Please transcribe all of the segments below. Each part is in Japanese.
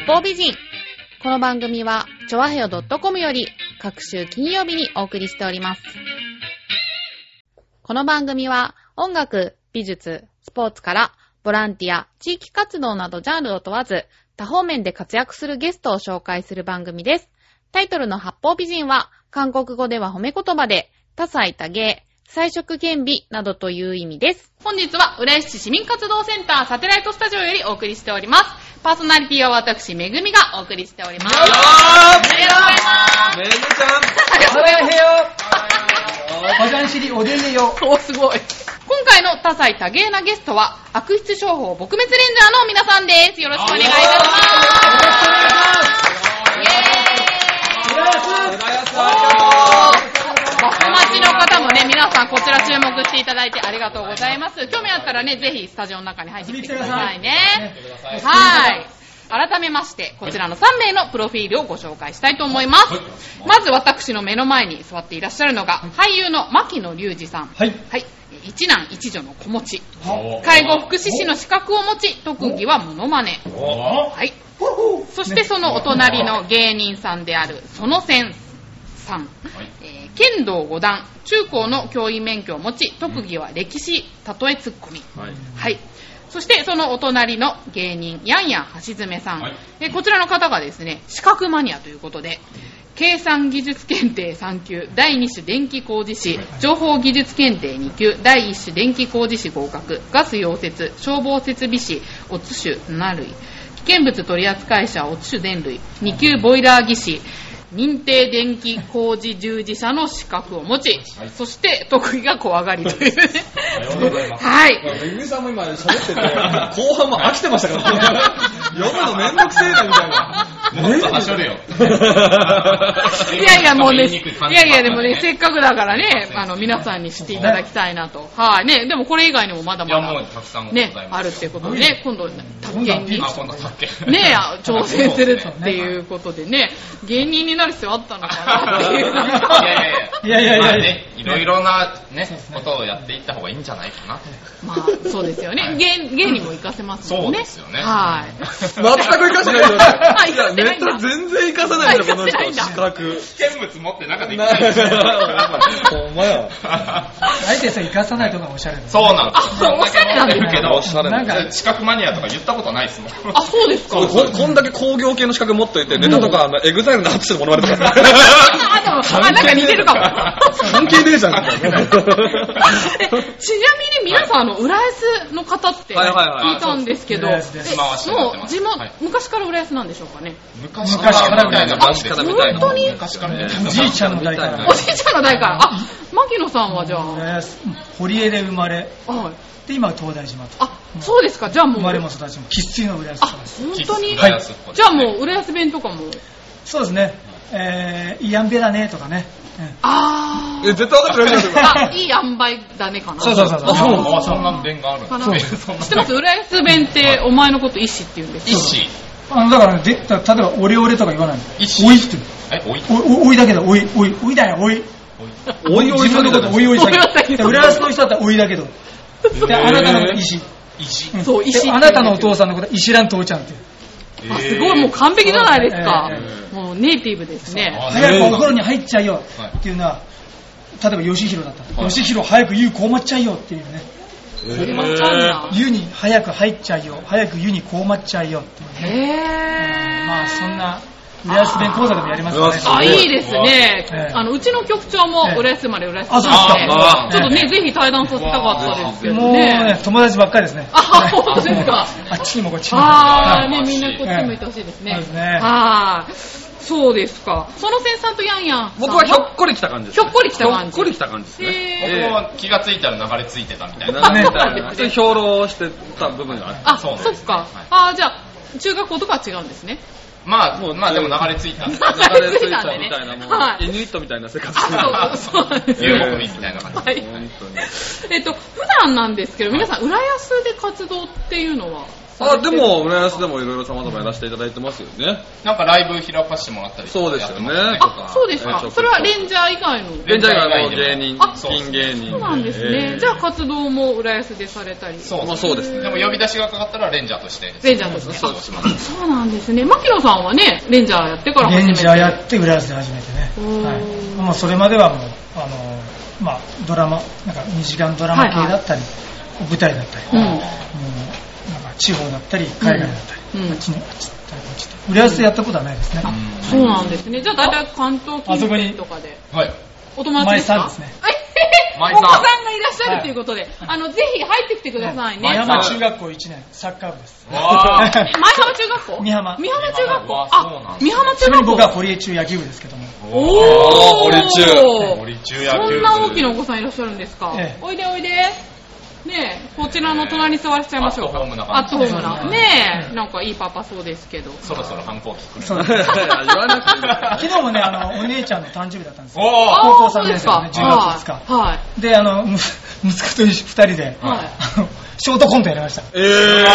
方美人。この番組はちょわへよ .com より各週金曜日にお送りしております。この番組は音楽、美術、スポーツからボランティア、地域活動などジャンルを問わず多方面で活躍するゲストを紹介する番組です。タイトルの八方美人は韓国語では褒め言葉で多彩多芸、彩色兼備などという意味です。本日は浦安市市民活動センターサテライトスタジオよりお送りしております。パーソナリティは私めぐみがお送りしております。ありがとうございます。 めぐちゃん화장실이 어딨네요. お、すごい。今回の多彩多芸なゲストは悪質商法撲滅レンジャーの皆さんです。よろしくお願いいたします。バス待ちの方もね、皆さんこちら注目していただいてありがとうございます。興味あったらね、ぜひスタジオの中に入ってきてくださいね。はい。改めまして、こちらの3名のプロフィールをご紹介したいと思います。まず私の目の前に座っていらっしゃるのが、俳優の牧野隆二さん。はい。一男一女の子持ち。介護福祉士の資格を持ち、特技はモノマネ。はい。そしてそのお隣の芸人さんである園仙さん。剣道5段、中高の教員免許を持ち、特技は歴史、例えツッコミ。はい。そしてそのお隣の芸人やんやん橋爪さん、こちらの方がですね、資格マニアということで、計算技術検定3級第2種電気工事士、情報技術検定2級第1種電気工事士合格、ガス溶接消防設備士オツ種7類、危険物取扱者オツ種電類2級ボイラー技師、認定電気工事従事者の資格を持ち、そして特技が小上がりというね。はい。 めぐみさんも今喋ってて、後半も飽きてましたからね。読むのめんどくせえなみたいな。 もっとはしょれよ。 いやいやもうね、いやいやでもね、せっかくだからね、皆さんに知っていただきたいなと。はいね、でもこれ以外にもまだまだね、あるっていうことでね、今度宅建にね、挑戦するっていうことでね、芸人になる必要あったのかなっていう。 いやね、いろいろなね、ことをやっていった方がいいんじゃないかな。 まあそうですよね。芸にも活かせますもんね。 そうですよね。 はい。 全く活かせないよね。いや、ネット全然活かさないんだ、この人。資格。 危険物持って中できない。 お前は。あえてさ、活かさないとかおしゃれだ。 そうなんですよ。 おしゃれなんだけど、 おしゃれなんか資格マニアとか言ったことないですもん。 あ、そうですか。 こんだけ工業系の資格持っといて、ネタとかエグザイルのアップしてるものまでとか。 なんか似てるかも。 関係ねえじゃん。 ちなみに皆さん浦安の方って聞いたんですけど、もう昔から浦安なんでしょうかね。 昔からみたいな。 本当におじいちゃんの代から。 おじいちゃんの代から。あ、牧野さんはじゃあ堀江で生まれ。で今は東大島と。 あ、そうですか。じゃあもう生まれも育ちも生粋の浦安です。 本当に。 はい。 じゃあもう浦安弁とかも。 そうですね。いいやんべだねとかね。 ああ。 絶対分かってないじゃん。 あ、いい塩梅だねかな。 そう。 そんな弁がある。 知ってます？浦安弁ってお前のこと一子って言うんですよ。 一子。 だから例えばオレオレとか言わないの。おいって言う。おいだけどおいだよおい。おい自分のことおい先。浦安の人だったらおいだけど。であなたのこと石。 そう石。 あなたのお父さんのこと石蘭父ちゃんって。 あ、すごい、もう完璧じゃないですか。もうネイティブですね。 早くお風呂に入っちゃいよっていうのは、例えば吉弘だったら、吉弘早く湯こうまっちゃいよっていうね。 こうまっちゃうんだ。 湯に早く入っちゃいよ、早く湯にこうまっちゃいよっていうね。まあそんな浦安弁講座でもやりますかね。 あ、いいですね。うちの局長も浦安生まれ浦安生まれで、ちょっとね、ぜひ対談させたかったですけどね。 もうね、友達ばっかりですね。 あ、本当ですか。 あっちにもこっちにも。 ああ、ね、みんなこっち向いてほしいですね。 そうですね。 はい。そうですか。そのせんさんとやんやん。 僕はひょっこり来た感じです。 ひょっこり来た感じ。 ひょっこり来た感じですね。 僕は気がついたら流れ着いてたみたいな。 普通に兵糧してた部分があって。 あ、そっか。あ、じゃあ、中学校とかは違うんですね。 まあでも流れ着いた。 流れ着いたみたいな、もう、イヌイットみたいな生活。 そうなんですね。 遊牧民みたいな感じ。 普段なんですけど、皆さん、浦安で活動っていうのはでも、浦安でもいろいろ様々やらせていただいてますよね。 なんかライブ開かせてもらったりそうですよね。 そうですか。それはレンジャー以外のレンジャー以外の芸人、ピン芸人。 そうなんですね。じゃあ活動も浦安でされたり。 そうですね。 でも呼び出しがかかったらレンジャーとして。 レンジャーとして。そうなんですね。牧野さんはね、レンジャーやってから初めて。 レンジャーやって浦安で初めてね。もうそれまではもう、ドラマ、なんか2時間ドラマ系だったり、舞台だったり、なんか地方だったり、海外だったり、浦安でやったことはないですね。 そうなんですね。じゃあ大体関東近辺とかで。 はい。 お友達ですか？ 舞さんですね。 お子さんがいらっしゃるということで、ぜひ入ってきてくださいね。 美浜中学校1年、サッカー部です。 舞浜中学校？ 美浜。 美浜中学校。美浜中学校。 僕は堀江中野球部ですけども。 堀中そんな大きなお子さんいらっしゃるんですか？おいでおいで。ねえ、こちらの隣に座らせちゃいましょうか。アットホームな。ねえ、なんかいいパパそうですけど。 そろそろ反抗期来る。 昨日もね、お姉ちゃんの誕生日だったんですよ。高校3年生のね、10月2日。はい。で、息子と2人で、ショートコントやりました。もう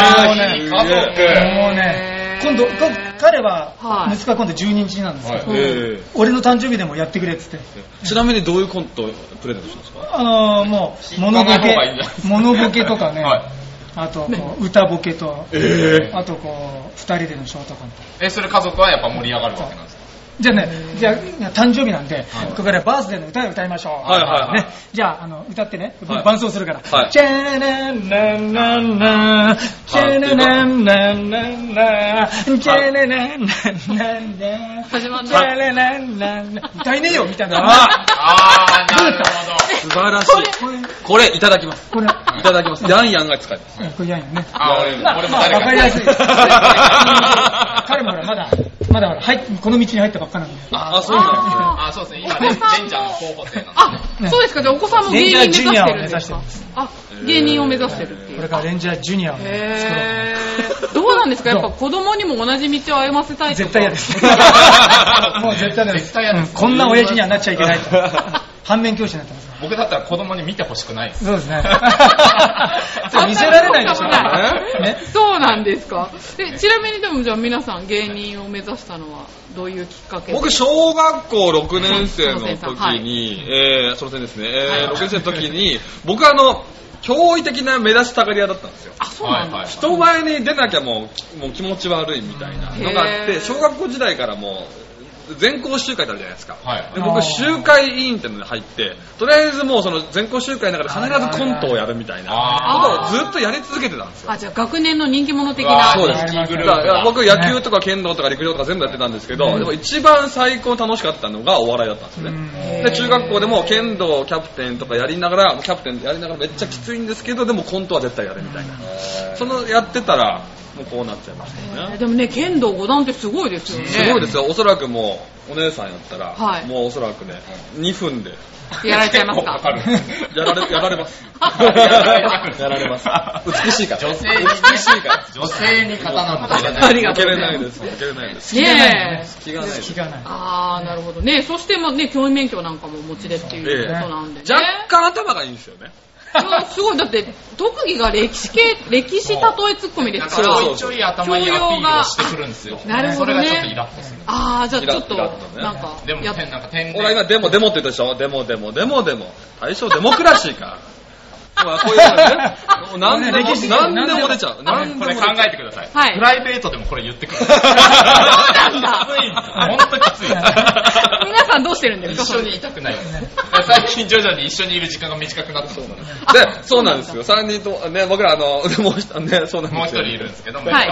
ね、今度、彼は、息子は今度12日なんですけど、俺の誕生日でもやってくれって言って。 ちなみにどういうコントプレゼントしますか？ もう、モノボケとかね、あと、歌ボケと、あと、2人でのショートコント。 それ家族はやっぱ盛り上がるわけなんですか？ じゃあ誕生日なんで、ここからバースデーの歌を歌いましょう。ね、じゃあ、歌ってね、伴奏するから。チェーナンナンナンナン、チェーナンナンナンナン、チェーナンナンナンナン、チェーナンナンナン、歌えねえよみたいな。 なるほど。 素晴らしい。これいただきます。いただきます。ヤンヤンが使います。 これヤンヤンね。 俺も誰か。 わかりやすい。彼もほら、まだほら、この道に入ったばっかなんで。 そうなんですね。今レンジャーの候補生なんですね。 そうですか。じゃあお子さんも芸人目指してるんですか？芸人を目指してるっていう。 これからレンジャージュニアを作ろう。どうなんですか？やっぱ子供にも同じ道を歩ませたいとか。 絶対嫌です。もう絶対嫌です。こんな親父にはなっちゃいけないと。反面教師になってます。 僕だったら子供に見てほしくないです。 そうですね。見せられないでしょ。 そうなんですか。ちなみにでもじゃあ皆さん芸人を目指したのはどういうきっかけで？ 僕小学校6年生の時に、その点ですね、6年生の時に僕驚異的な目立ちたがり屋だったんですよ。 そうなんだ。 人前に出なきゃもう気持ち悪いみたいなのがあって、小学校時代からもう全校集会ってあるじゃないですか。で僕集会委員っていうのに入って、とりあえずもうその全校集会の中で必ずコントをやるみたいなことをずっとやり続けてたんですよ。 じゃあ学年の人気者的な。 そうです。僕野球とか剣道とか陸上とか全部やってたんですけど、でも一番最高楽しかったのがお笑いだったんですよね。で中学校でも剣道キャプテンとかやりながらめっちゃきついんですけど、でもコントは絶対やるみたいな。そのやってたらもうこうなっちゃいましたね。 でもね、剣道5段ってすごいですよね。 すごいですよ。おそらくもうお姉さんやったら、もうおそらくね2分でやられちゃいますか？ やられます。やられます。美しいから。 女性に刀も受けれないです。受けれないです。 気がない。 なるほどね。そしてね、教員免許なんかもお持ちでっていうことなんでね。 若干頭がいいんですよね。 すごい。だって特技が歴史例えツッコミですから、 ちょい頭にアピールをしてくるんですよ。 なるほどね。 それがちょっとイラッとする。 じゃあちょっとなんかでもなんかほら今デモって言ったでしょ。デモ対象デモクラシーか。こういうのね、何でも出ちゃう。 これ考えてください。プライベートでもこれ言ってくる。 そうなんだ。 本当きつい。 皆さんどうしてるんですか？ 一緒にいたくない。最近徐々に一緒にいる時間が短くなってそうなんです。 で、そうなんですよ。3人とね、僕らもう一人ね、そうなんですよ。 もう一人いるんですけども。 徐々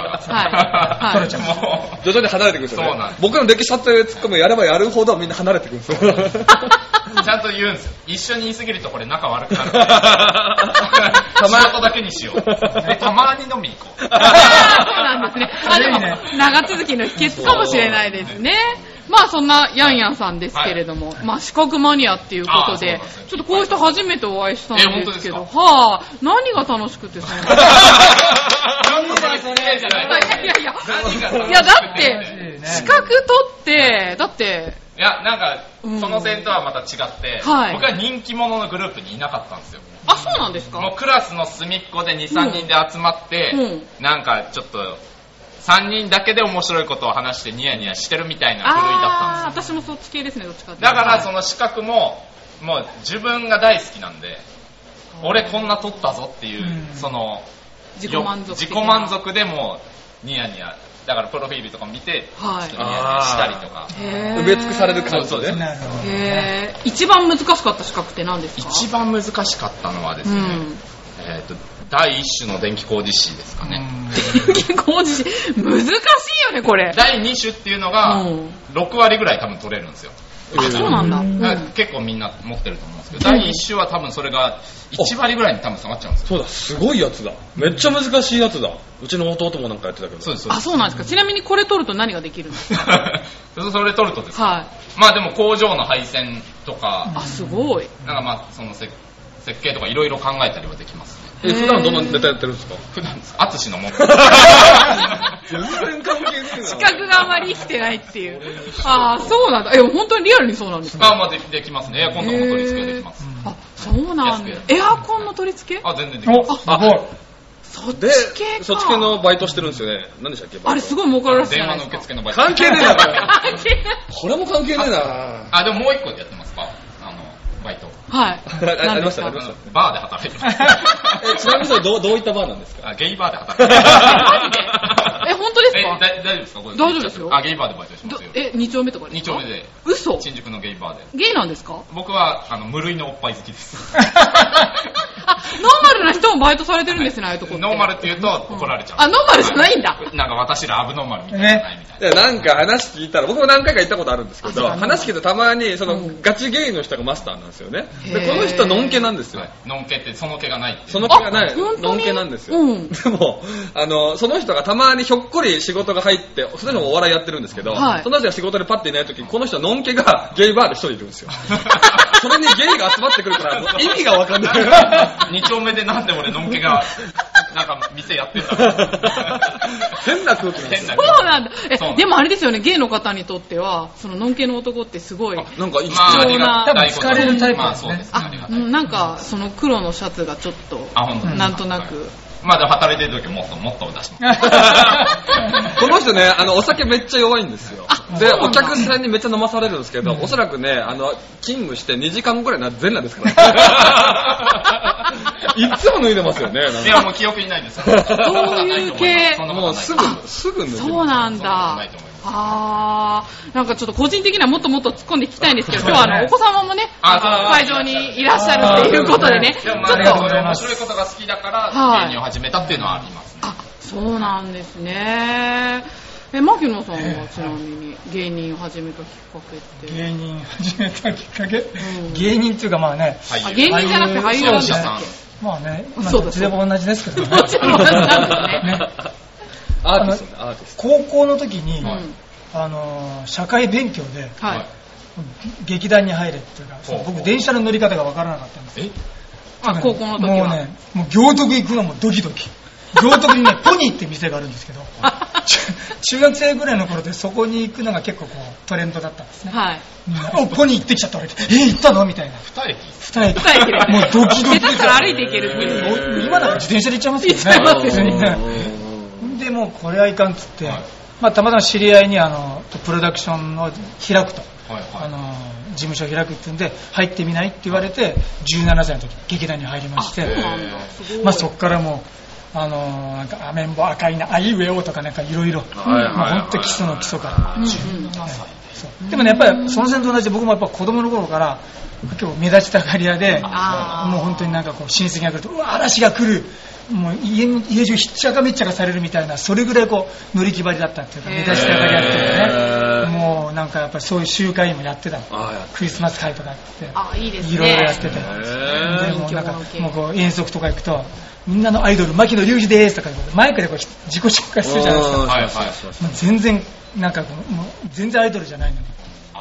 に離れていくんですよね。僕の歴史撮影ツッコミをやればやるほどみんな離れていくんですよ。 ちゃんと言うんですよ。一緒にいすぎるとこれ仲悪くなる。仕事だけにしよう。たまに飲みに行こう。そうなんですね。でも長続きの秘訣かもしれないですね。まあそんなヤンヤンさんですけれども、資格マニアっていうことで、ちょっとこういう人初めてお会いしたんですけど、何が楽しくてそんな。いやだって資格取ってだっていや、なんか、その線とはまた違って、僕は人気者のグループにいなかったんですよ。 あ、そうなんですか？ もうクラスの隅っこで2、3人で集まって、なんかちょっと、3人だけで面白いことを話してニヤニヤしてるみたいな部類だったんですよ。 私もそっち系ですね、どっちかって。 だからその資格も、もう自分が大好きなんで、俺こんな取ったぞっていう、その、 自己満足でもニヤニヤ。だからプロフィールとか見て、ニヤニヤしたりとか。 埋め尽くされる感じでね。一番難しかった資格って何ですか？ 一番難しかったのはですね、第一種の電気工事士ですかね。 電気工事士、難しいよね、これ。 第二種っていうのが、6割ぐらい多分取れるんですよ。 あ、そうなんだ。 結構みんな持ってると思うんですけど、第一種は多分それが1割ぐらいに多分下がっちゃうんですよ。 そうだ、すごいやつだ。めっちゃ難しいやつだ。うちの弟もなんかやってたけど。 そうです。 あ、そうなんですか。ちなみにこれ取ると何ができるんですか？ それ取るとですか？まあでも工場の配線とか、 あ、すごい。 なんかまあその設計とかいろいろ考えたりはできますね。 普段どんなネタやってるんですか？ 普段です。淳のもの。 全然関係ないな。 資格があまり生きてないっていう。ああ、そうなんだ。本当にリアルにそうなんですか？ まあできますね。エアコンとかも取り付けできます。 あ、そうなんだ。エアコンの取り付け？ あ、全然できます。 すごい。 そっち系か。 そっち系のバイトしてるんですよね。何でしたっけ？ あれすごい儲かるらしいじゃない電話ですか。 の受付のバイト。 関係ねえな、これも関係ねえな。 あ、でももう一個やってますか？バイト。 はい。 ありました、 バーで働いてます。 ちなみにそれどういったバーなんですか？ ゲイバーで働いてます。 本当ですか？ 大丈夫ですか？ 大丈夫ですよ。 ゲイバーでバイトしますよ。 2丁目とかですか？ 2丁目で。 嘘？ 新宿のゲイバーで。 ゲイなんですか？ 僕は、無類のおっぱい好きです。 ノーマルな人もバイトされてるんですね、ああいうとこって。 ノーマルって言うと怒られちゃう。 あ、ノーマルじゃないんだ。 なんか私らアブノーマルみたいな。ないみたいな。なんか話聞いたら、僕も何回か行ったことあるんですけど、話聞いてたまに、ガチゲイの人がマスターなんですよね。で、この人ノンケなんですよ。 ノンケってその毛がないって。 その毛がない。ノンケなんですよ。でも、その人がたまにひょっこり仕事が入って、その人もお笑いやってるんですけど、その人が仕事でパッていないとき、この人はノンケがゲイバーで一人いるんですよ。それにゲイが集まってくるから、意味がわかんない。 2丁目でなんで俺ノンケが、なんか店やってた変な空気なんですよ。 そうなんだ。でもあれですよね、ゲイの方にとっては、そのノンケの男ってすごい、 なんか貴重な、 多分疲れるタイプですね。 なんか、その黒のシャツがちょっと、なんとなく。 まあでも働いてる時もっと出します。 この人ね、お酒めっちゃ弱いんですよ。で、お客さんにめっちゃ飲まされるんですけど、おそらくね、勤務して2時間ぐらい全裸ですからね。いつも脱いでますよね。 いや、もう記憶にないです。 そういう系。 もうすぐ脱いで。 そうなんだ。なんかちょっと個人的にはもっともっと突っ込んで聞きたいんですけど、今日はお子様もね、会場にいらっしゃるっていうことでね、ちょっと面白いことが好きだから芸人を始めたっていうのはありますね。 あ、そうなんですね。牧野さんはちなみに芸人を始めたきっかけって？ 芸人始めたきっかけ、芸人っていうかまあね、 芸人じゃなくて俳優なんですっけ？ まあね、どっちでも同じですけどね。 どっちでも同じなんですね。 アーティスト。 高校の時に、社会勉強で、劇団に入れっていうか、僕電車の乗り方が分からなかったんですよ。 高校の時はもうね、もう行徳行くのもドキドキ。行徳にね、ポニーって店があるんですけど、中学生ぐらいの頃でそこに行くのが結構こうトレンドだったんですね。ポニー行ってきちゃった。行ったのみたいな。2駅もうドキドキ。 だから歩いて行ける。 今だから自転車で行っちゃいますけどね。でもうこれはいかんっつって、たまたま知り合いにプロダクションを開くと、事務所を開くって言うんで入ってみないって言われて、17歳の時劇団に入りまして、そっからもうなんかアメンボ赤いなあいうえおとかなんかいろいろ本当基礎の基礎から、でもねやっぱりその線と同じで僕もやっぱ子供の頃から結構目立ちたがり屋で、もう本当になんかこう親戚が来るとうわ嵐が来る、もう家中ひっちゃかめっちゃかされるみたいな、それぐらいこう乗り気張りだったっていうか、目立ちたがり屋っていうかね、もうなんかやっぱりそういう集会もやってた、クリスマス会とかっていろいろやってて、でもなんかもうこう遠足とか行くとみんなのアイドル牧野隆二ですとかマイクでこう自己紹介するじゃないですか。全然なんかもう全然アイドルじゃないのに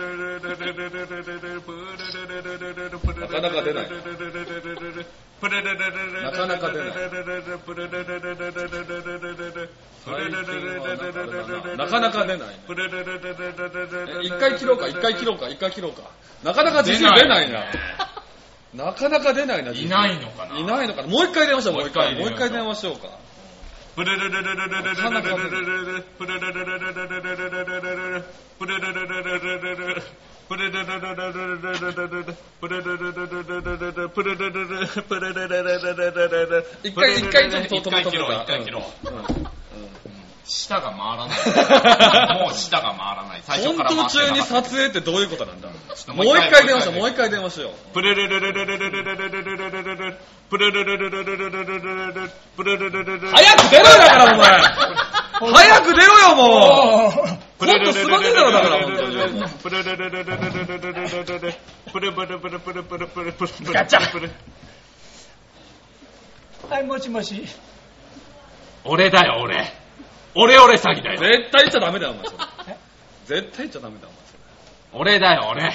なか出ない。なかなか出ない。なかなか出ない。一回切ろうか。なかなか実に出ないな。なかなか出ないな。 いないのかな。 もう一回電話しよう、もう一回電話しようか。一一回ちょっと一回切ろう。舌が回らない。もう舌が回らない。最初から回ってなかった。 本当中に撮影ってどういうことなんだ。もう一回電話しよう。早く出ろよだからお前。早く出ろよもう。ほんとすまねえだろだから本当に。 ガチャ。はい、もしもし。 俺だよ俺。俺詐欺だよ。 絶対言っちゃダメだよお前それ。絶対言っちゃダメだよお前それ。 俺だよ俺。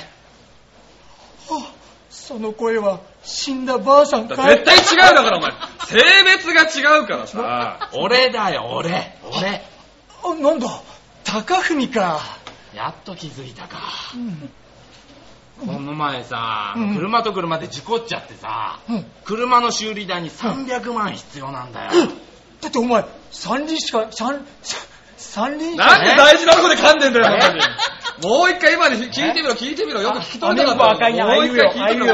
その声は死んだばあさんかい。 絶対違うだからお前。性別が違うからさ。 俺だよ俺。 なんだ高文か。 やっと気づいたか。この前さ、車と車で事故っちゃってさ、車の修理代に300万必要なんだよ。 だってお前三輪しかなんで大事なとこで噛んでんだよ本当に。もう一回今に聞いてみろよく聞き取れなかった。もう一回聞いてみろ。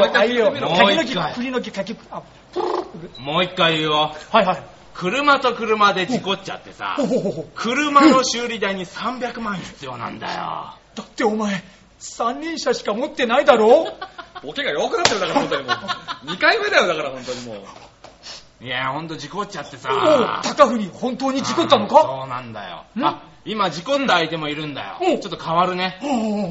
もう一回言うよ。 はいはい。 車と車で事故っちゃってさ、車の修理代に300万必要なんだよ。 だってお前三輪車しか持ってないだろ。 ボケが弱くなってるだから本当にもう。2回目だよだから本当にもう。 いやほんと事故っちゃってさ。 高文本当に事故ったのか。 そうなんだよ。今事故った相手もいるんだよ。ちょっと変わるね。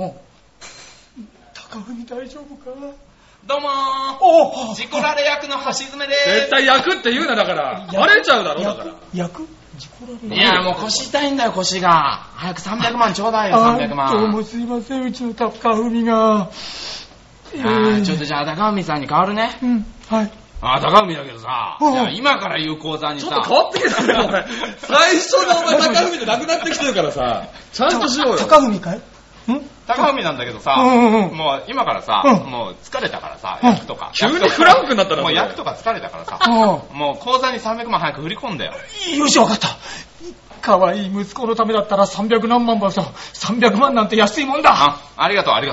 高文大丈夫か。 どうもー。事故られ役の橋爪でーす。 絶対役って言うなだから。バレちゃうだろだから。 役事故られ。 いやもう腰痛いんだよ腰が。早く300万ちょうだいよ300万。 どうもすいませんうちの高文が。 ちょっとじゃあ高文さんに変わるね。 はい。 高文だけどさ、今から言う講座にさ。 ちょっと変わってきたよお前。最初のお前高文でなくなってきてるからさ。ちゃんとしようよ。 高文かい。 高文なんだけどさ、もう今からさ、もう疲れたからさ、役とか。 急にフランクになったらもう役とか疲れたからさ、もう口座に300万早く振り込んだよ。 よしわかった。可愛い息子のためだったら300何万ばさ、300万なんて安いもんだ。 ありがとう。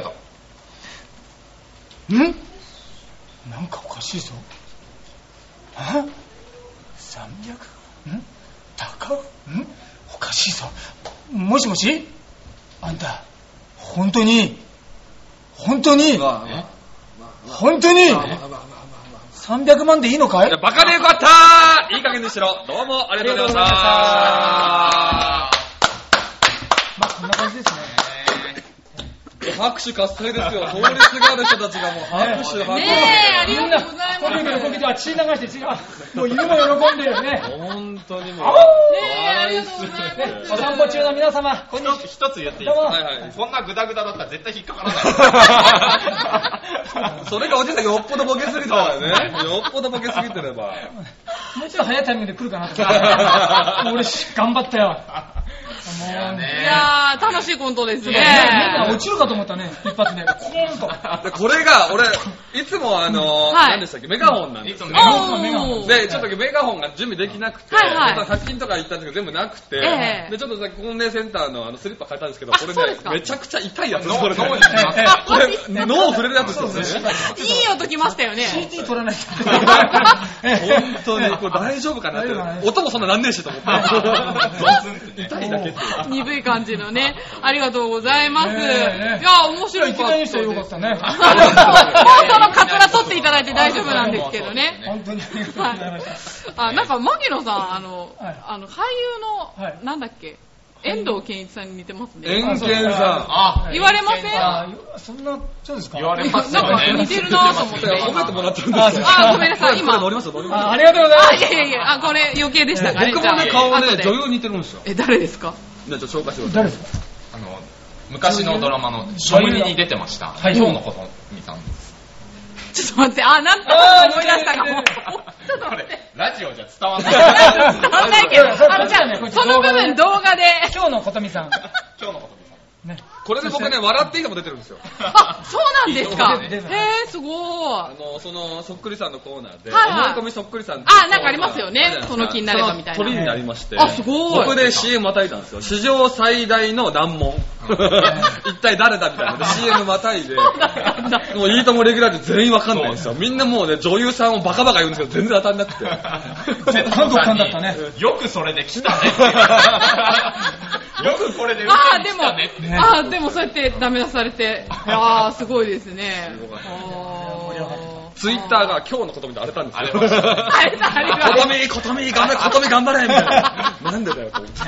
なんかおかしいぞ。300？高？おかしいぞ。もしもし？あんた、本当に300万でいいのかい？ バカでよかったー。いい加減にしろ。どうもありがとうございました。 まあこんな感じですね。 拍手喝采ですよ。通りすがる人たちがもう拍手。 ねえ、ありがとうございます。 こけては血流してもう犬も喜んでるね。 本当にもう。 ねえ、ありがとうございます。 お散歩中の皆様、 一つ言っていいですか。こんなグダグダだったら絶対引っかからない。 それがおじさんよっぽどボケすぎたからね。よっぽどボケすぎてれば。 もうちょっと早いタイミングで来るかなと思って。俺頑張ったよ。 いやー、楽しいコントですね。 落ちるかと思ったね、一発で。コーンと。 これが、俺、いつも何でしたっけ、メガホンなんですよ。で、ちょっとメガホンが準備できなくて、100均とか行ったんですけど全部なくて、で、ちょっとさ、コンデンセンターのスリッパ買ったんですけど、これね、めちゃくちゃ痛いやつです。これ、脳を触れるやつですよね。 いい音きましたよね。 CT 取らないと。 本当に、これ大丈夫かなって。音もそんななんねえしと思って。痛いだけって。 鈍い感じのね。ありがとうございます。いや、面白い。 いきなりしたらよかったね。 もうそのカツラ取っていただいて大丈夫なんですけどね。 本当にありがとうございました。 なんか、牧野さん、俳優の、なんだっけ、遠藤憲一さんに似てますね。 遠健さん。言われません？ そんな、そうですか？ 言われますよね。 なんか似てるなと思って。 褒めてもらったんですよ。 ごめんなさい、今。 乗ります。 ありがとうございます。 いや、これ余計でしたかね。 僕もね、顔ね、女優似てるんですよ。 誰ですか？ じゃあちょっと紹介してください。 誰ですか？ 昔のドラマのショムニに出てました。今日のことみさんです。 ちょっと待って、なんと思い出したかも。ちょっと待って。 ラジオじゃ伝わんない。 伝わんないけど、じゃあ、その部分動画で。 今日のことみさん。 今日のことみさん。 これで僕ね、笑っていいのも出てるんですよ。 あ、そうなんですか。へー、すごい。 そのそっくりさんのコーナーで、 はいはい、 思い込みそっくりさんってあ、なんかありますよね。その気になればみたいな。 鳥になりまして、 あ、すごい。 僕で CM またいだんですよ。史上最大の難問。一体誰だみたいなので CM またいで、もういいともレギュラーで全員わかんないんですよ。みんなもうね、女優さんをバカバカ言うんですけど、全然当たんなくて。 韓国さんだったね。 よくそれで来たね。よくこれで受けに来たねって。 あ、でもそうやってダメ出されて、あー、すごいですね。 ツイッターが今日のことみたいな荒れたんですよ。 荒れた、あれが。 ことみ頑張れみたいな。なんでだよと思って。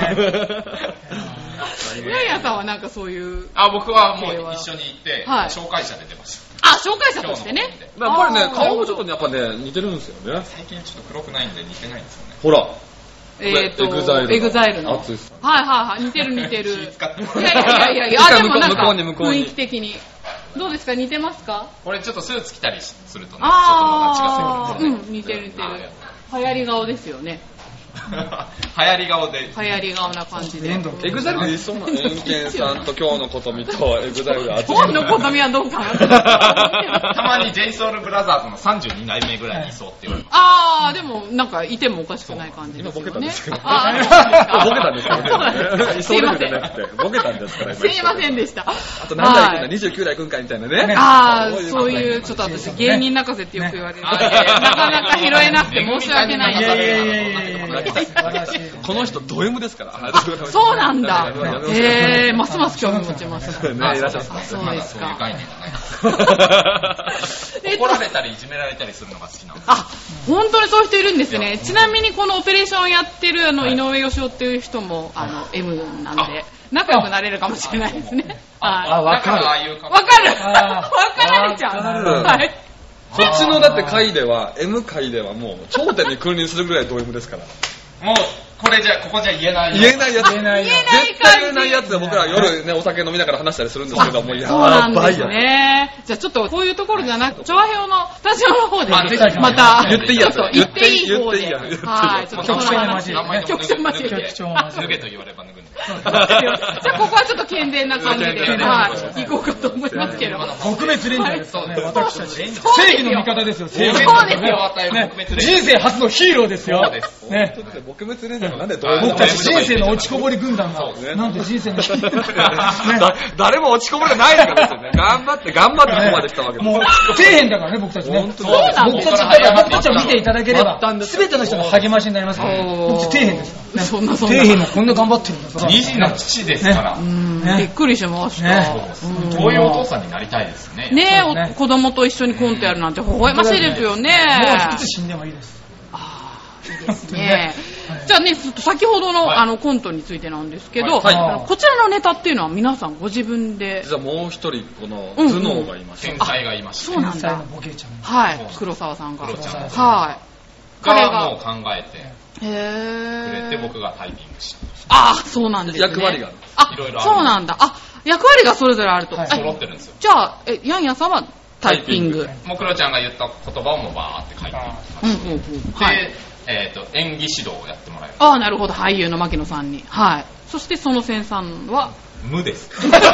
ヤンヤさんはなんかそういう。 僕はもう一緒に行って、紹介者で出ました。 あ、紹介者としてね。 やっぱりね、顔もちょっとね、やっぱね、似てるんですよね。 最近ちょっと黒くないんで似てないんですよね。 ほら。 エグザイルの。はいはいはい、似てる。いや、でもなんか雰囲気的に。どうですか、似てますか？ これちょっとスーツ着たりするとね、ちょっとまた違ってくるんで。 似てる。流行り顔ですよね。 流行り顔で。 流行り顔な感じで。 エグザイルでいそうなエンケンさんと今日のことみとエグザイルが今日のことみはどうかなたまに JSOUL BROTHERS の32代目ぐらいにいそうって言われます。 あー、でもなんかいてもおかしくない感じですよね。 今ボケたんですけど。 ボケたんですからね。すいません。ボケたんですから。 すいませんでした。 あと何代行くんだ、29代行くんかみたいなね。 そういう、ちょっと私芸人泣かせってよく言われるので、なかなか拾えなくて申し訳ないんですけど。 この人ド M ですから。 そうなんだ。ますます興味持ちます。 ね、いらっしゃいます。 そうですか。 概念がない。怒られたりいじめられたりするのが好きなんです。 あ、本当にそういう人いるんですね。ちなみにこのオペレーションやってる井上義雄っていう人もM なんで仲良くなれるかもしれないですね。 わかる。 わかられちゃう。はい。 こっちのだって会では M 会ではもう頂点に君臨するぐらいド M ですから。 もうここじゃ言えないやつ。絶対言えないやつで僕ら夜ね、お酒飲みながら話したりするんですけど、もうやばいやね。じゃあちょっとこういうところじゃなく、調和表のスタジオの方でまた言っていいやつ。 言っていい方で。 はい、ちょっと局長の交えて。 局長交えて。 脱げと言われば脱ぐんで。 じゃあここはちょっと健全な感じで、行こうかと思いますけど。 撲滅レンジャーですからね、私たち。正義の味方ですよ、 正義の味方。人生初のヒーローですよ。 撲滅レンジャーなんで僕たち人生の落ちこぼれ軍団が、なんで人生の誰も落ちこぼれないですからね。頑張ってここまで来たわけです。 もう底辺だからね、僕たちね。僕たちを見ていただければ、全ての人の励ましになりますから、僕たち底辺ですから。底辺もこんな頑張ってるんだから。 2児の父ですから。 びっくりしました。 こういうお父さんになりたいですね。 ねえ、子供と一緒にコントやるなんて微笑ましいですよね。 もういつ死んでもいいです。 いいですね。じゃあね、先ほどのコントについてなんですけど、こちらのネタっていうのは皆さんご自分で。 実はもう一人この頭脳がいました。 天才がいました。 そうなんだ。はい、黒沢さんが。はい。 彼がもう考えてくれて、僕がタイピングして。 あ、そうなんですね。 役割がある。 あ、そうなんだ。あ、役割がそれぞれあると。 揃ってるんですよ。 じゃあ、ヤンヤさんはタイピング。 もうクロちゃんが言った言葉をもうバーって書いていきます。で、演技指導をやってもらえる。 ああ、なるほど。俳優の牧野さんに。はい。そしてその先さんは無です。 やっぱり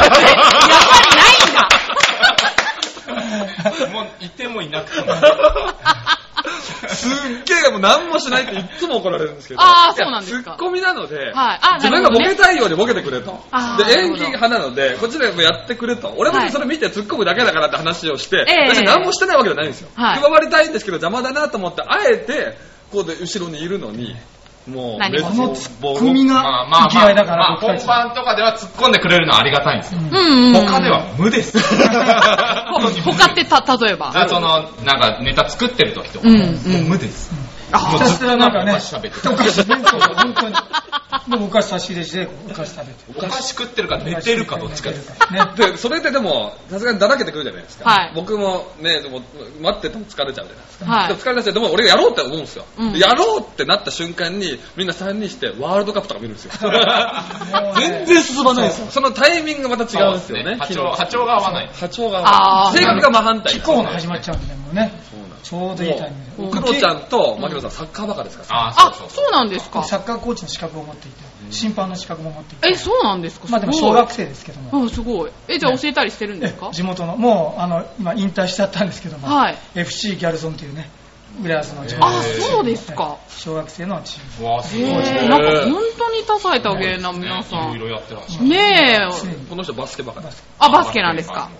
ないんだ。もういてもいなくても。 すっげえもう何もしないっていつも怒られるんですけど。 ああ、そうなんですか。 ツッコミなので、 自分がボケたいようにボケてくれと。で、演技派なので、こっちでもやってくれと。俺もそれ見て突っ込むだけだからって話をして、私何もしてないわけじゃないんですよ。加わりたいんですけど邪魔だなと思って、あえて、こうで後ろにいるのに、もう、 このツッコミが生きがいだから、 本番とかでは突っ込んでくれるのはありがたいんですよ。他では無です。 他って例えばなんかネタ作ってる時とかもう無です。 ひたすらなんかね、お菓子ね、本当に。もうお菓子差し入れして、お菓子食べて。 お菓子食ってるか寝てるかどっちかです。 で、それってでも、さすがにだらけてくるじゃないですか。僕もね、待ってても疲れちゃうじゃないですか。疲れちゃって、でも俺がやろうって思うんですよ。やろうってなった瞬間に、みんな3人してワールドカップとか見るんですよ。全然進まないですよ。そのタイミングがまた違うんですよね。 波長が合わない。 波長が合わない。性格が真反対。 気候が始まっちゃうんだよね。 ちょうどいいタイミングで。 クロちゃんと牧野さんサッカーバカですから。 そうなんですか。 サッカーコーチの資格を持っていて、審判の資格も持っていて。 そうなんですか。 まあでも小学生ですけども。 すごい。じゃあ教えたりしてるんですか？ 地元の、もう今引退しちゃったんですけども、FC ギャルソンというね、浦安の地元のそうですか。 小学生のチーム。 わあ、すごい。なんか本当に多彩多芸な皆さん。 いろいろやってらっしゃる。 ねこの人バスケばかりです。 バスケなんですか。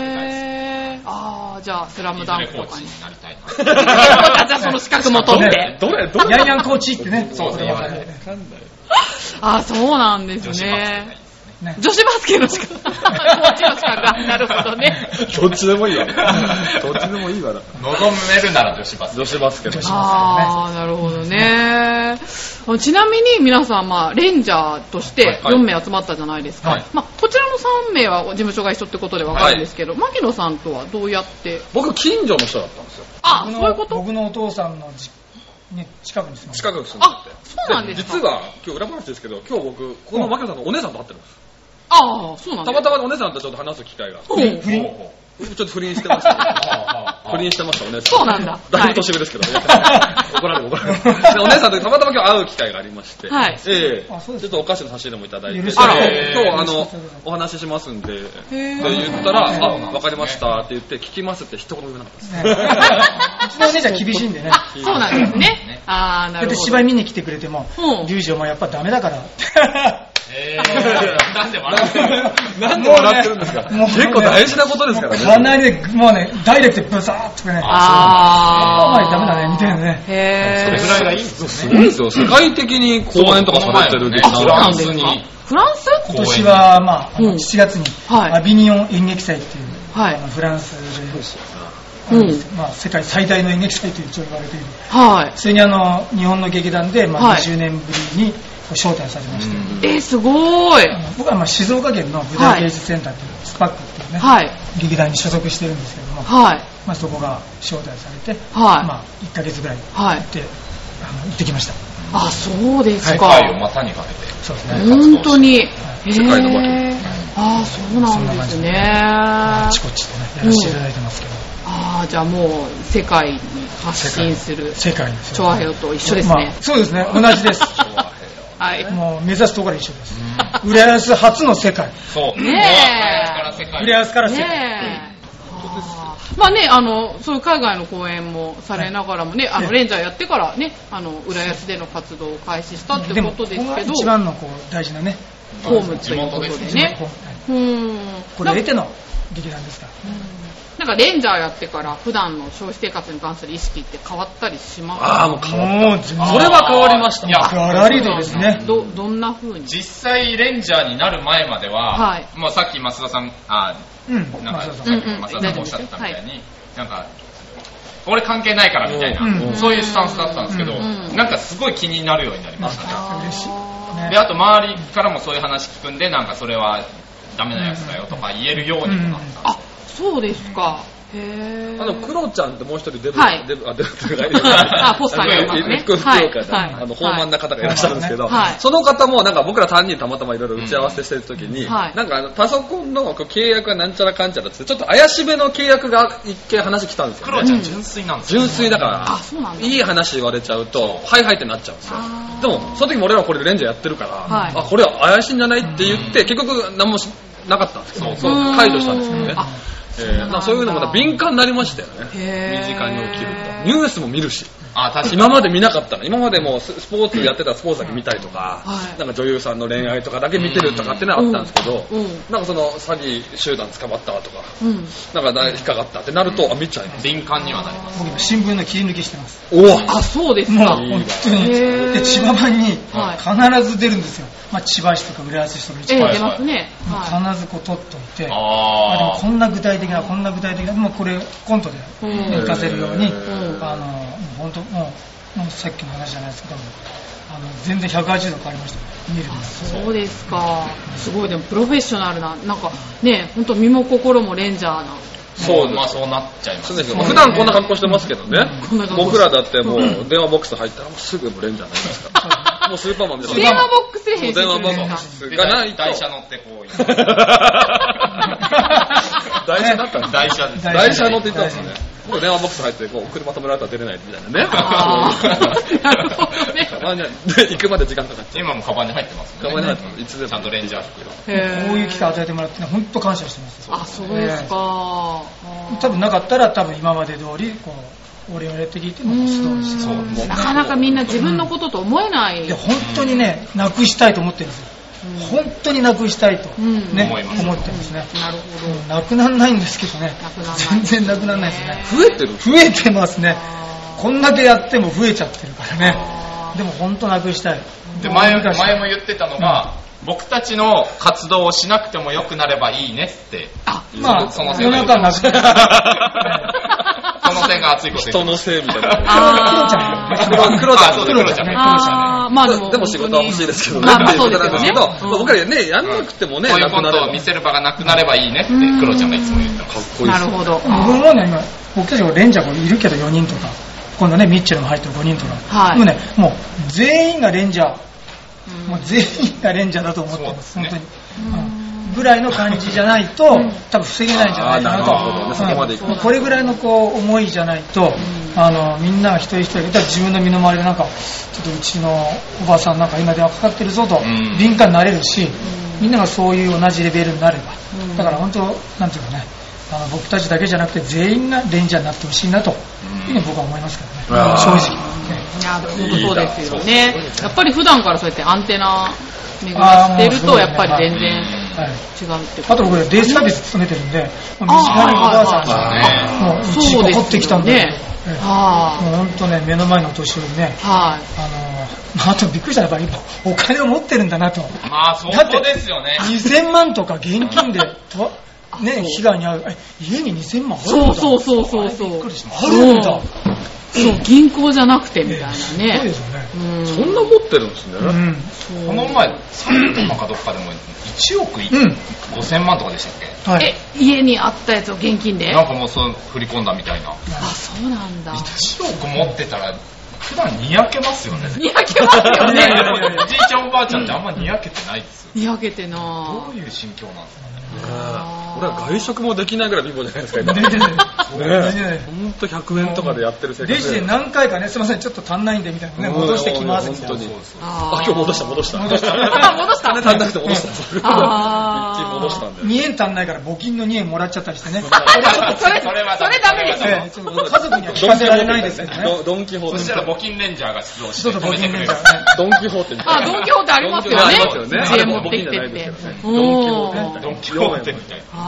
じゃあスラムダンクとかになりたいな。じゃあその資格も取って。 ヤンヤンコーチってね。 そうですね。 そうなんですね。女子バスケの資格。コーチの資格。なるほどね。 どっちでもいいわ。どっちでもいいわ。 望めるなら女子バスケ。 女子バスケ。 なるほどね。ちなみに皆さん、レンジャーとして4名集まったじゃないですか。こちらの3名は事務所が一緒ってことでわかるんですけど、牧野さんとはどうやって？ 僕、近所の人だったんですよ。 そういうこと？ 僕のお父さんの近くに住んでます。 近くに住んでて。 そうなんですか。 実は、今日裏話ですけど、今日僕、この牧野さんのお姉さんと会ってるんです。 そうなんです。 たまたまお姉さんとちょっと話す機会があって。ちょっと不倫してました。不倫してました、お姉さん。 そうなんだ。 だいぶ年上ですけど。怒られる。お姉さんとたまたま今日会う機会がありまして。ちょっとお菓子の差し入れもいただいて。今日お話ししますんで。って言ったら、わかりましたって言って、聞きますって一言も言わなかったです。 うちのお姉ちゃん厳しいんでね。 そうなんですね。なるほど。 で、芝居見に来てくれても、リュウジお前やっぱダメだから。 なんで笑ってるなんで笑ってるんですか？結構大事なことですからね。 かなりで、もうね、ダイレクトでブサーッとね、お前ダメだね、みたいなね。 それぐらいがいいんですよ。 すごいですよ。世界的に公演とかされてる劇団フランスに。フランス？ 今年は、7月に、アビニオン演劇祭っていう、フランスで、世界最大の演劇祭と一応言われている。それに日本の劇団で、20年ぶりに、招待されまして。 すごい。 僕は静岡県の武田芸術センターっていうスパックっていうね、劇団に所属してるんですけども、そこが招待されて、1ヶ月ぐらい行ってきました。 そうですか。 世界を股にかけて。 そうですね。 本当に。 世界の幕。 そうなんですね。 あちこちでね、やらせていただいてますけど。 じゃあもう世界に発信する。 世界に。 チョアヘヨと一緒ですね。 そうですね、同じです。もう目指すところは一緒です。浦安初の世界。 そう。 浦安から世界。 そういう海外の公演もされながらもね、レンジャーやってからね、浦安での活動を開始したってことですけど。 一番の大事なね、 ホームということでね。 これ得ての劇団ですから。 なんかレンジャーやってから普段の消費生活に関する意識って変わったりしますか？もう変わった。それは変わりました。 ガラリとですね。 どんな風に？ 実際レンジャーになる前までは、さっき増田さん、増田さんもおっしゃったみたいに、なんか、俺関係ないからみたいな、そういうスタンスだったんですけど、なんかすごい気になるようになりましたね。 嬉しい。 で、あと周りからもそういう話聞くんで、なんかそれはダメなやつだよとか言えるようにもなった。 そうですか。 クロちゃんってもう一人デブポスターにありますね。 福岡で、豊満な方がいらっしゃるんですけど、その方もなんか僕ら3人たまたまいろいろ打ち合わせしてる時に、なんかパソコンの契約がなんちゃらかんちゃらってちょっと怪しめの契約が一見話来たんですよね。 クロちゃん純粋なんですよ。 純粋だから、いい話言われちゃうと、はいはいってなっちゃうんですよ。でも、その時も俺らこれでレンジャーやってるから、これは怪しいんじゃないって言って、結局何もなかったんですけど、解除したんですけどね。そういうのも敏感になりましたよね。身近に起きると。ニュースも見るし。今まで見なかったの。今までもスポーツやってたスポーツだけ見たりとか、なんか女優さんの恋愛とかだけ見てるとかってのはあったんですけど、なんかその詐欺集団捕まったとか、なんか引っかかったってなると、見ちゃいます。 敏感にはなります。 僕今新聞の切り抜きしてます。 そうですか。 本当に。で、千葉版に必ず出るんですよ。千葉市とか浦安市とか一番出ますね。 必ずこう取っといて、でもこんな具体的な、もうこれコントで行かせるように、本当もうさっきの話じゃないですけども、全然180度変わりました。見るの。 そうですか。すごい、でもプロフェッショナルな、なんかね、本当身も心もレンジャーな。 そうなっちゃいます。 普段こんな格好してますけどね。僕らだってもう電話ボックス入ったらすぐレンジャーになりますから。もうスーパーマンです。 電話ボックスで編集するんですか？ 電話ボックスがないと。台車乗ってこう。 台車だったんです。 台車です。 台車乗って行ったんですね。 僕電話ボックス入ってこう車止められたら出れないみたいなね。 なるほどね。 行くまで時間かかっちゃう。 今もカバンに入ってますね。 カバンに入ってます。いつでもちゃんとレンジャー服が。 こういう機会与えてもらって本当感謝してます。 あ、そうですか。 多分なかったら多分今まで通りこうオレオレって聞いても素通りしてなかなかみんな自分のことと思えない。 で本当にねなくしたいと思ってるんですよ。本当になくしたいとね思ってますね。 なるほど。 なくならないんですけどね。全然なくならないですね。増えてますね。こんだけやっても増えちゃってるからね。でも本当なくしたい。 で前も言ってたのが、僕たちの活動をしなくてもよくなればいいねって。 まあその世の中なくなる。 その点が熱いこと人のせいみたいな。 クロちゃんね。 まあでも仕事は欲しいですけどね。 まあそうですけど、 僕らねやんなくてもね。 こういうことを見せる場がなくなればいいねってクロちゃんがいつも言ってます。 かっこいい。 なるほど。 僕もね今僕たちもレンジャーいるけど4人とか、今度ねミッチェルも入ってる5人とか。でもねもう全員がレンジャー。もう全員がレンジャーだと思ってます。本当に。ぐらいの感じじゃないと多分防げないんじゃないかなと。これぐらいのこう思いじゃないとみんなが一人一人自分の身の回りでなんかちょっとうちのおばさんなんか今電話かかってるぞと敏感になれるし、みんながそういう同じレベルになれば、だから本当なんていうかね僕たちだけじゃなくて全員がレンジャーになってほしいなというふうに僕は思いますけどね。正直。 いや本当そうですよね。やっぱり普段からそうやってアンテナ巡らしてるとやっぱり全然違うってこと。 あと僕デイサービス勤めてるんで、身近におばあさんがもう一時怒ってきたんで、もう本当ね目の前のお年寄りね、あとびっくりしたのはやっぱりお金を持ってるんだなと。 まあそうですよね。 2000万とか現金でね被害に遭う。家に2000万あるんだ。 そう。 びっくりした。あるんだ。 そう銀行じゃなくてみたいなね。 そうですよね。 そんな持ってるんですね。 この前埼玉かどっかでも1億5000万とかでしたっけ？ 家にあったやつを現金で？ なんかもう振り込んだみたいな。 そうなんだ。 1億持ってたら普段にやけますよね。 にやけますよね。 おじいちゃんおばあちゃんってあんまにやけてないですよ。 にやけてな。 どういう心境なんですかね。 俺は外食もできないぐらい貧乏じゃないですか。本当100円とかでやってる生活。 レジで何回かね、すみませんちょっと足んないんでみたいなね、戻してきますみたいな。 今日戻した。 戻した。 金足んなくて戻した。一気戻したんで。 2円足んないから募金の2円もらっちゃったりしてね。 それダメですよ。 家族には聞かせられないですよね。 ドンキホーテ。 そしたら募金レンジャーが出動して募金レンジャー。 ドンキホーテ。 ドンキホーテありますよね。 ありますよね。 知恵持ってきてって。 ドンキホーテみたいな。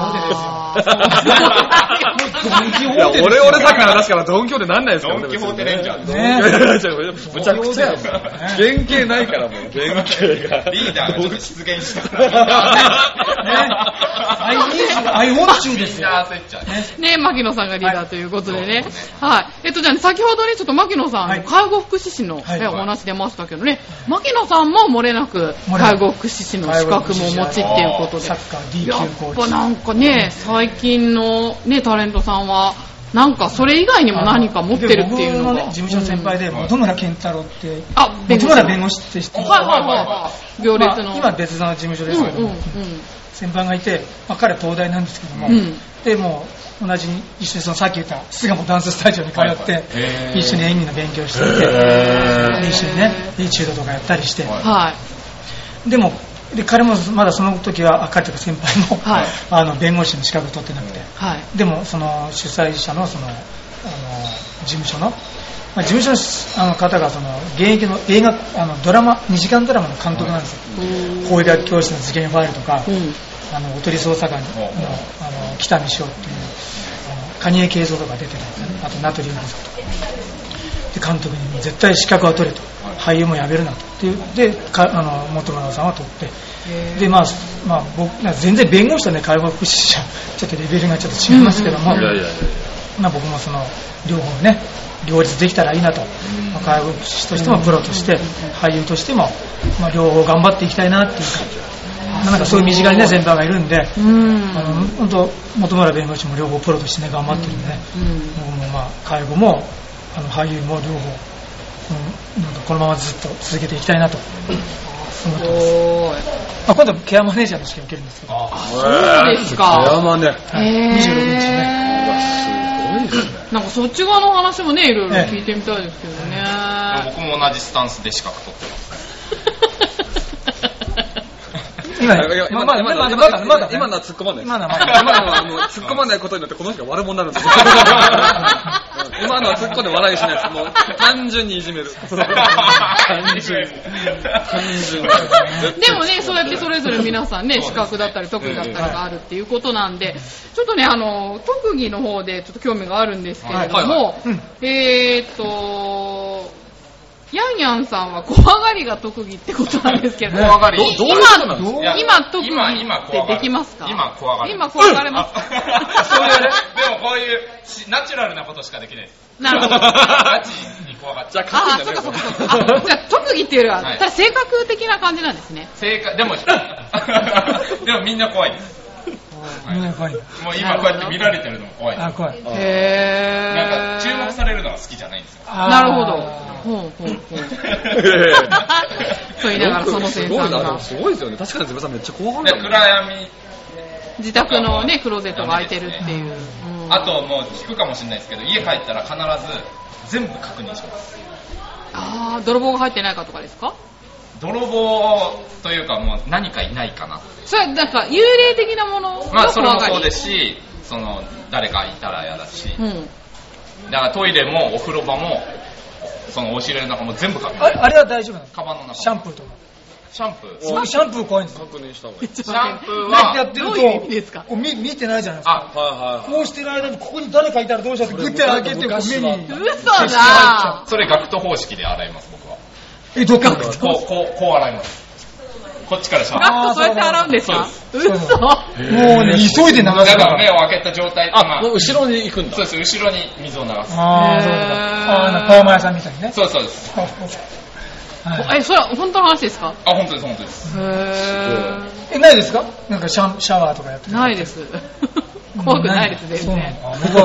いや俺だから確かドンキホーテなんないですからドンキホーテレンジャーむちゃくちゃ原型ないからもう原型がリーダーが出現したアイオン中ですよね。牧野さんがリーダーということでね。はい。じゃあ先ほどねちょっと牧野さん介護福祉士のお話出ましたけどね、牧野さんも漏れなく介護福祉士の資格もお持ちっていうことで、 サッカー D 級コーチ。 やっぱなんかね最近のねタレントさんはなんかそれ以外にも何か持ってるっていうのが、 事務所先輩で本村健太郎って本村弁護士って知ってはい行列の今別の事務所ですけど先輩がいて、彼は東大なんですけども、でも同じ一緒にさっき言った巣鴨ダンススタジオに通って一緒に演技の勉強していて、一緒にねエチュードとかやったりして、でも彼もまだその時は彼というか先輩も、弁護士の資格を取ってなくて、でもその主催者のその事務所の事務所の方がその現役の映画ドラマ2時間ドラマの監督なんですよ。法医学教室の事件ファイルとか、おとり捜査官の北見翔っていう蟹江慶三とか出てたんですよね。あと名取裕子とかで監督に絶対資格は取れと、俳優もやめるなとっていうで本村さんは取って、で僕全然弁護士とね介護福祉者ちょっとレベルがちょっと違いますけども、僕もその両方ね両立できたらいいなと、介護福祉士としてもプロとして俳優としても、両方頑張っていきたいなっていうか、なんかそういう身近にね先輩がいるんで、本当本村弁護士も両方プロとしてね頑張ってるんでね、僕も介護も俳優も両方、なんかこのままずっと続けていきたいなと思ってます。今度ケアマネージャーの試験を受けるんですけど。 そうですか。 ケアマネ。26日ね。 なんかそっち側の話もね、いろいろ聞いてみたいですけどね。 僕も同じスタンスで資格取ってます。 今のは突っ込まない。今のは突っ込まないことによってこの人が悪者になるんですよ。今のは突っ込んで笑いしないです。もう単純にいじめる。単純に。 でもね、そうやってそれぞれ皆さんね、資格だったり特技だったりがあるっていうことなんで、ちょっとね、特技の方でちょっと興味があるんですけれども、ヤンヤンさんは怖がりが特技ってことなんですけど、 怖がり。 今特技ってできますか？ 今怖がる。 今怖がれますか？ そういうね。でもこういうナチュラルなことしかできないです。 なるほど。 ガチに怖がっちゃう。 そうか。じゃあ特技っていうよりは、ただ性格的な感じなんですね。 でもみんな怖いです。もう今こうやって見られてるのも怖いです。 怖い。 なんか注目されるのは好きじゃないんですよ。 なるほど。そう言いながらその先生がすごいですよね。確かにズベさんめっちゃ怖がる。 暗闇。 自宅のねクローゼットが開いてるっていう。 あともう聞くかもしれないですけど、家帰ったら必ず全部確認します。 泥棒が入ってないかとかですか？ 泥棒というかもう何かいないかな。 それなんか幽霊的なものが怖がり。 それもそうですし、誰かいたら嫌だし、だからトイレもお風呂場もそのお尻の中も全部確認。 あれは大丈夫なの？ カバンの中。 シャンプーとか。 シャンプー怖いんですよ。 確認した方がいい。 シャンプーはやってるとどういう意味ですか？ 見てないじゃないですか。こうしてる間にここに誰かいたらどうしようってグッて開けて目に。 嘘だ。それガクト方式で洗います僕は。 どっかこう洗います。こっちからシャンプー。 ガクトそうやって洗うんですか？嘘。もうね急いで流すから。 だから目を開けた状態でもう後ろに行くんだ。 そうです。後ろに水を流す。 パーマ屋さんみたいにね。 そうです。 それは本当の話ですか？ 本当です。 ないですか？なんかシャワーとかやってる？ ないです。怖くないです、全然。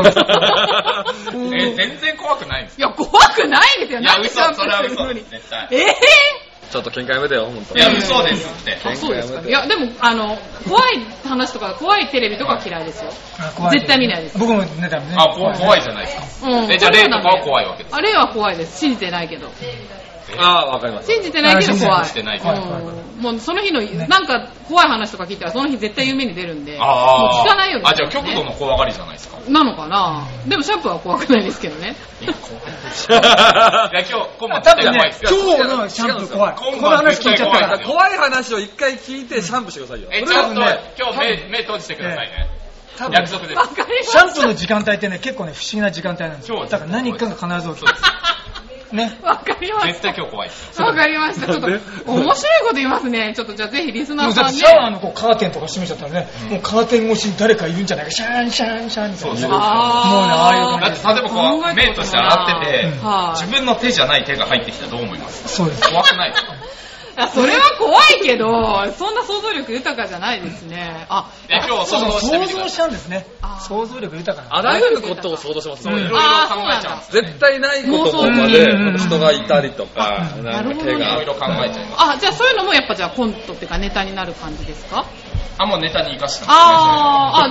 全然怖くないんです。 いや、怖くないですよ。 いや、嘘、それは嘘です、絶対。 ちょっと喧嘩やめてよ、本当に。 いや、嘘ですって。 そうですか。いや、でも、怖い話とか、怖いテレビとか嫌いですよ。絶対見ないです。 僕もね、多分ね。 怖いじゃないですか。じゃあ、霊とかは怖いわけです。 霊は怖いです。信じてないけど。 わかります。 信じてないけど怖い。 信じてないけど。 もうその日の、なんか怖い話とか聞いたらその日絶対夢に出るんで、もう聞かないように。 じゃあ極度の怖がりじゃないですか。 なのかな？でもシャンプーは怖くないですけどね。 いや、今日のシャンプー怖い。この話聞いちゃったから。 怖い話を一回聞いてシャンプーしてくださいよ。 ちょっと今日目閉じてくださいね。約束です。 シャンプーの時間帯ってね、結構ね、不思議な時間帯なんですよ。だから何かが必ず起きる。ね。 わかりました。 絶対今日怖いです。 わかりました。ちょっと、面白いこと言いますね。ちょっとじゃあぜひリスナーさんね。 シャワーのカーテンとか閉めちゃったらね、もうカーテン越しに誰かいるんじゃないか、シャーンシャーンシャーンみたいな。もうね、ああいう感じ。 だって例えばこう、目として洗ってて、自分の手じゃない手が入ってきたらどう思います？ そうです。 怖くないですか？ それは怖いけど、そんな想像力豊かじゃないですね。 今日想像してみてください。 想像しちゃうんですね。想像力豊かな。 あらゆることを想像しますね。 いろいろ考えちゃうんです。 絶対ないことまで人がいたりとか、なんか手がいろいろ考えちゃいます。 じゃあそういうのもやっぱじゃあコントっていうかネタになる感じですか？ もうネタに生かしてます。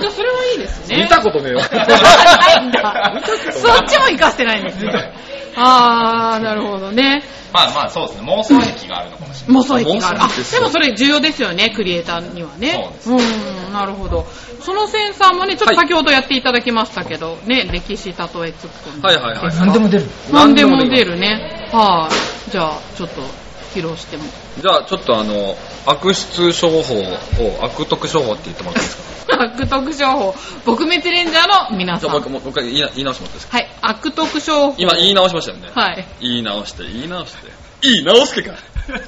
じゃあそれはいいですね。 見たことねえよ。 ないんだ。そっちも生かしてないんですね。なるほどね。 まあそうですね。妄想癖があるのかもしれない。 妄想癖がある。でもそれ重要ですよね、クリエイターにはね。そうです。なるほど。そのセンさんもね、ちょっと先ほどやっていただきましたけど、ね、歴史例えツッコミ。 何でも出る。 何でも出るね。じゃあ、ちょっと披露しても。 じゃあ、ちょっと悪質商法を悪徳商法って言ってもらっていいですか？ 悪徳商法、撲滅レンジャーの皆さん。 もう一回言い直してもらっていいですか？ はい、悪徳商法。 今言い直しましたよね。 はい。 言い直して。いい直すけか。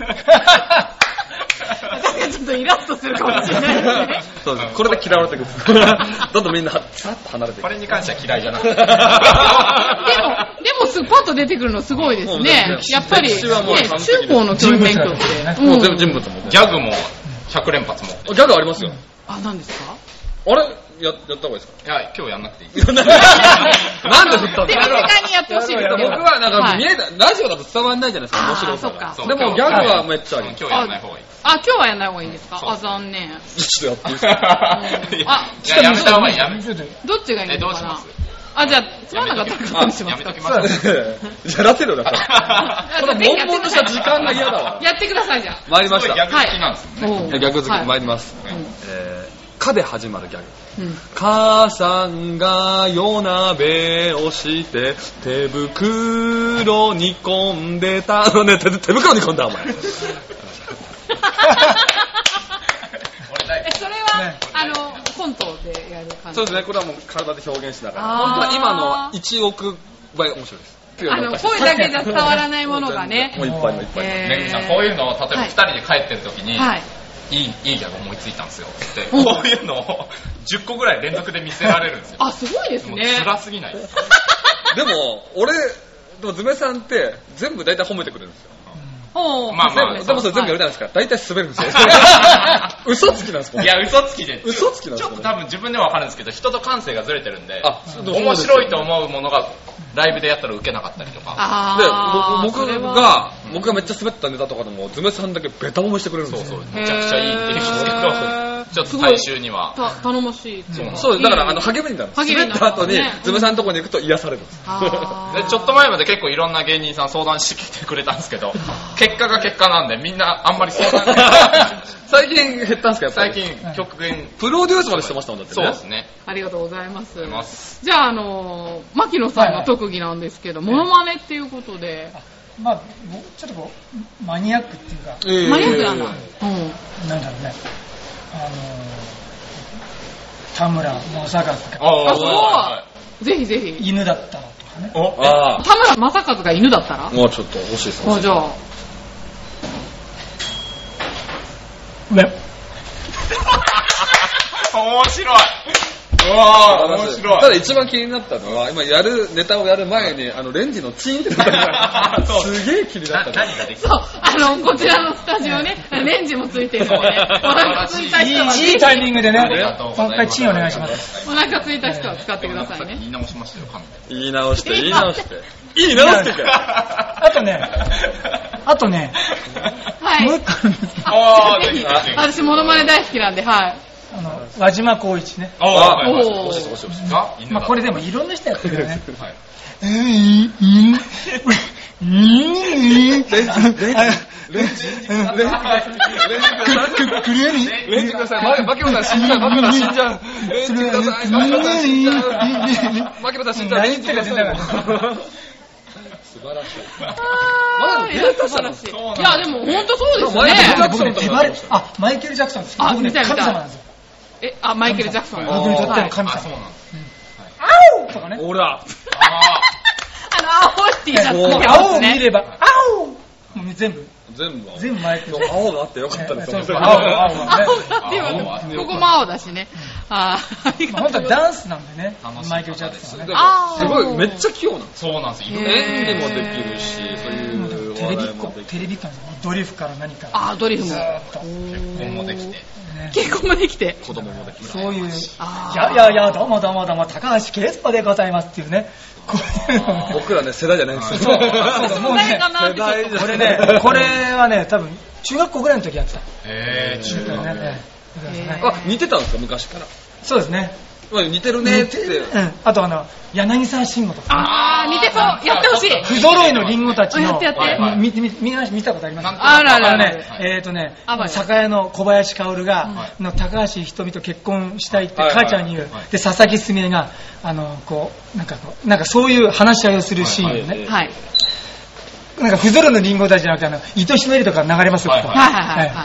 ちょっとイラッとするかもしれないですね。 そうです。これで嫌われてくる。どんどんみんなさっと離れていく。 これに関しては嫌いじゃなくて。 でもパッと出てくるのすごいですね。やっぱり、ね、中高の教員勉強って。 もう全部人物も。 ギャグも100連発も。 ギャグありますよ。 何ですか？ あれやった方がいいですか？ いや、今日やんなくていい。 なんで振ったんですか？ 手短にやってほしいですけど。 僕はなんか見えた、ラジオだと伝わんないじゃないですか、面白さが。でもギャグはめっちゃあります。 今日やんない方がいい。 今日はやんない方がいいんですか？残念。 ちょっとやっていいですか？ やめた方がいい。 どっちがいいのかな？ あ、じゃあ、つまんなかったらカットにします。 やめときます。 じゃあ、ラテロだから。この悶々とした時間が嫌だわ。 やってください、じゃあ。 参りました。 逆好きなんですよね。 逆好き、参ります。かで始まるギャグ。母さんが夜鍋をして手袋に込んでたのね、手袋に込んだお前。 それは、コントでやる感じ。 そうですね、これはもう体で表現しながら。本当は今の1億倍面白いです。 声だけじゃ伝わらないものがね。 もういっぱいもいっぱい。 めぐみさん、こういうのを例えば2人で帰ってる時に、いいギャグ思いついたんですよってこういうのを10個ぐらい連続で見せられるんですよ。 あ、すごいですね。 辛すぎないですでもズメさんって全部大体褒めてくれるんですよ。 まあまあ、 でもそれ全部やるじゃないですか。大体滑るんですよ。嘘つきなんですか？ いや、嘘つきで。 嘘つきなんですか？ ちょっと多分自分では分かるんですけど、人と感性がずれてるんで、面白いと思うものがライブでやったらウケなかったりとか。 で、僕がめっちゃ滑ったネタとかでも、ズメさんだけベタ褒めしてくれるんですよ。 そうそう、めちゃくちゃいいって言うんですけど、ちょっと大衆には。 頼もしい。 そう、だから励みになるんです。滑った後に、ズメさんのとこに行くと癒されるんです。 で、ちょっと前まで結構いろんな芸人さん相談してきてくれたんですけど、結果が結果なんでみんなあんまり相談最近減ったんですか？ 最近極限プロデュースまでしてましたもんだってね。 そうですね。 ありがとうございます。じゃあ牧野さんの特技なんですけど、モノマネっていうことで、 まあちょっとこうマニアックっていうか、 マニアックなんだ。 なんだろうね。田村正和があ、すごい。ぜひぜひ。 犬だったらとかね。 田村正和が犬だったら？ もうちょっと欲しいですね。 じゃあ。 面白い。うわー、面白い。 ただ一番気になったのは、今ネタをやる前に、レンジのチーンってなったのすげえ気になった。 何ができた？ そう、こちらのスタジオね、レンジもついてるので、お腹ついた人は。 いいタイミングでね、今回チーンお願いします。 お腹ついた人は使ってくださいね。 言い直しましたよ、 言い直して。 あとね、 はい。 もう一個あるんです。 私、モノマネ大好きなんで、はい。 輪島光一ね。まあこれでもいろんな人やってるよね。 レンジください。牧野さん死んじゃう。牧野さん死んじゃう。レンジください。牧野さん死んじゃう。牧野さん死んじゃう。レンジください。素晴らしい。 素晴らしい。いや、でも本当そうですね。 マイケル・ジャクソン。僕ね、神様なんですよ。 マイケル・ジャクソン。 僕にとっての神様。 青とかね。 ほら。 青い T シャツ。 青を見れば、青全部マイケル。 青があってよかったです。青が。ここも青だしね。 本当はダンスなんでね、マイケル・ジャクソンはね。 すごい、めっちゃ器用なんです。 そうなんですよ。 演技もできるし、そういうテレビっ子ドリフから何か。 ドリフも。 結婚もできて。 結婚もできて。 子供もできて。 そういう、どうも、高橋圭介でございますっていうね。 僕らね、世代じゃないんですよ。 もうね、 これはね、多分、中学校ぐらいの時やってた。 中学ね。 似てたんですか、昔から。 そうですね。 似てるねって。 あと柳沢慎吾とか。似てそう。やってほしい。 不揃いのリンゴたちの。 やって。 見たことありますか？ ある。 酒屋の小林薫が、高橋ひとみと結婚したいって母ちゃんに言う。で、佐々木すみれが、なんかそういう話し合いをするシーンね。 はい。 なんか不揃いのリンゴたちじゃなくて、糸しめりとか流れますよ。はい。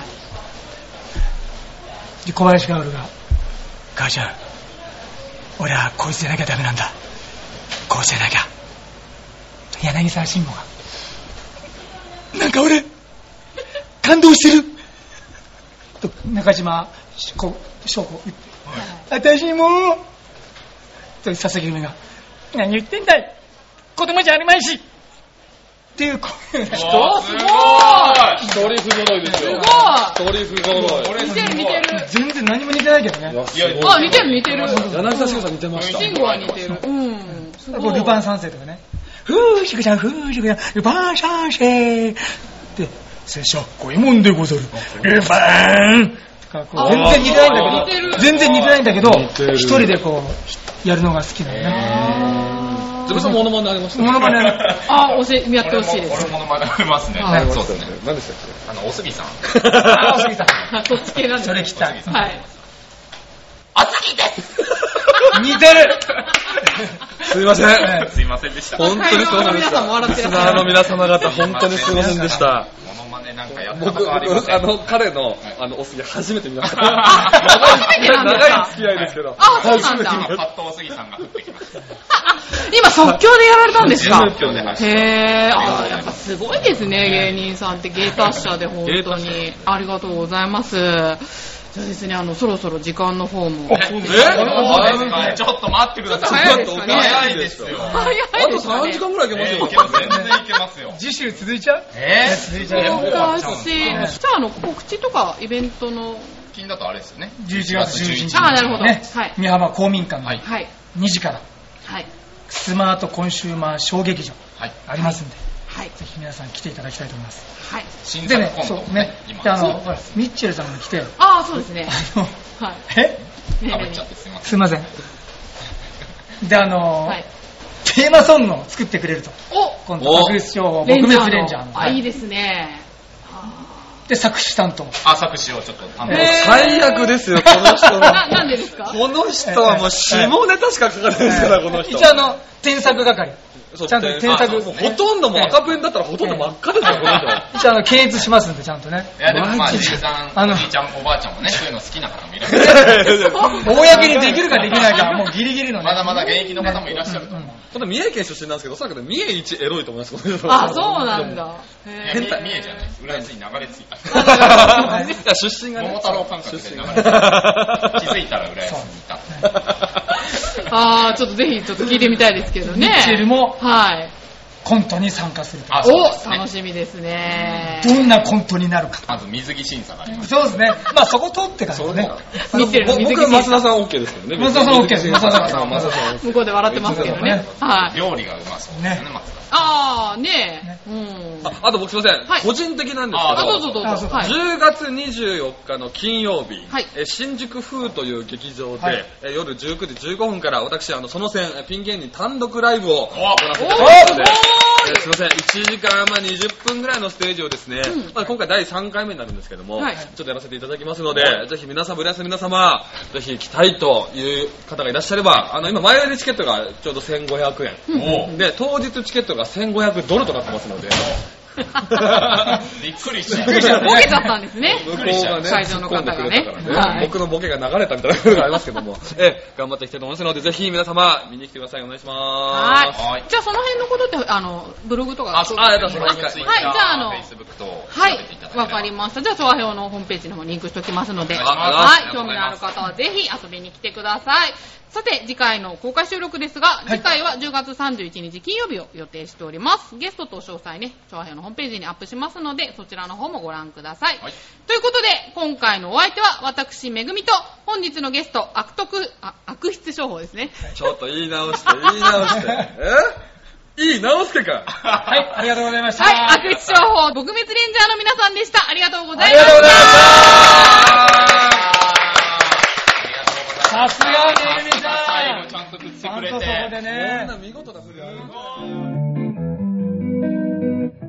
小林薫が、母ちゃん。俺はこいつでなきゃダメなんだ。こいつでなきゃ。柳沢慎吾が。なんか俺、感動してると中島翔子言って。私もと佐々木組が。何言ってんだい。子供じゃありまいし。っていう声が。 すごい。 ドリフ揃いですよ。ドリフ揃い。 似てる。 全然何も似てないけどね。 似てる。 柳田慎吾さん似てました。 慎吾は似てる。 ルパン三世とかね。ふーしくちゃん、ルパン三世で、拙者、五右衛門でござる。ルパンとか全然似てないんだけど、一人でこう、やるのが好きだよね。 ズムさんモノマネありました。 モノマネやってほしいです。 俺モノマネありますね。そうですね。 何でしたっけ？おすぎさん。 おすぎさん。 そっち系なんです。 それ聞きたい。 はい。 おすぎです。 似てる。 すいません。 すいませんでした。 本当にすいませんでした。リスナーの皆様方、本当にすいませんでした。僕、彼の、おすぎ初めて見ました。長い付き合いですけど。 あ、そうなんだ。 パッとおすぎさんが降ってきました。 今即興でやられたんですか？へー、やっぱすごいですね、芸人さんって芸達者で本当に。ありがとうございます。じゃあですね、そろそろ時間の方も。 ちょっと待ってください。早いですよ。 早いです。 あと3時間ぐらいいけますよ。 全然いけますよ。 次週続いちゃう？ 続いちゃう。じゃあ告知とかイベントの金だとあれですよね。 11月11日。 あ、なるほど。 美浜公民館の2時から。スマートコンシューマー小劇場ありますんで。ぜひ皆さん来ていただきたいと思います。 新作コントね。 ミッチェルさんが来て。 ああ、そうですね。 すいません。で、テーマソングを作ってくれると。今度、爆裂商法、撲滅レンジャーの。 いいですね。 で、作詞担当。 作詞をちょっと担当。 最悪ですよ、この人は。 なんでですか？ この人はもう下ネタしか書かないですから、この人。 一応添削係。ちゃんと添削。 ほとんども赤ペンだったらほとんど真っ赤ですよ、この人。 一応検閲しますんで、ちゃんとね。 いや、でもまあ、じいさん、おじいちゃん、おばあちゃんもね、そういうの好きな方もいらっしゃる。 公にできるかできないか、もうギリギリのね。 まだまだ現役の方もいらっしゃると思う。 この三重県出身なんですけど、おそらく三重一エロいと思います。 あ、そうなんだ。 三重じゃないです。浦安に流れ着いた。 出身がね。 桃太郎感覚で流れ着いた。気づいたら浦安にいた。 ちょっとぜひ聞いてみたいですけどね。 ミッチェルも、 はい。 コントに参加すると。 楽しみですね。 どんなコントになるか。 まず水着審査があります。 そうですね。まあそこ通ってからね。 見てる水着僕は増田さん OK ですけどね。 増田さん OK です。 向こうで笑ってますけどね。 料理がうまそうですね、松田さん。 あと僕すいません。個人的なんですけど、10月24日の金曜日、新宿風という劇場で夜19時15分から私、その線、ピン芸人単独ライブを行っていただきますので、すいません、1時間20分ぐらいのステージをですね、今回第3回目になるんですけども、ちょっとやらせていただきますので、ぜひ皆さん、浦安の皆様、ぜひ来たいという方がいらっしゃれば、今前売りチケットがちょうど1500円。で、当日チケットが$1500となってますので、 びっくりした。 ボケちゃったんですね。 向こうがね、 会場の方がね。 僕のボケが流れたみたいなことがありますけども、頑張っていきたいと思いますので、ぜひ皆様見に来てください。お願いします。 はい。じゃあその辺のことってブログとか。 やったそのはい。じゃあはい。わかりました。じゃあ調和表のホームページの方にリンクしておきますので、はい。興味のある方はぜひ遊びに来てください。さて、次回の公開収録ですが、次回は10月31日金曜日を予定しております。ゲストと詳細ね、調和表のホームページにアップしますので、そちらの方もご覧ください。ということで、今回のお相手は私、めぐみと、本日のゲスト、悪質商法ですね。 ちょっと言い直して。いい直すけか。 はい、ありがとうございました。 はい、悪質商法、撲滅レンジャーの皆さんでした。ありがとうございました。 さすがめぐみさん。 最後ちゃんと振ってくれて。 そこでね。 見事だ、それ。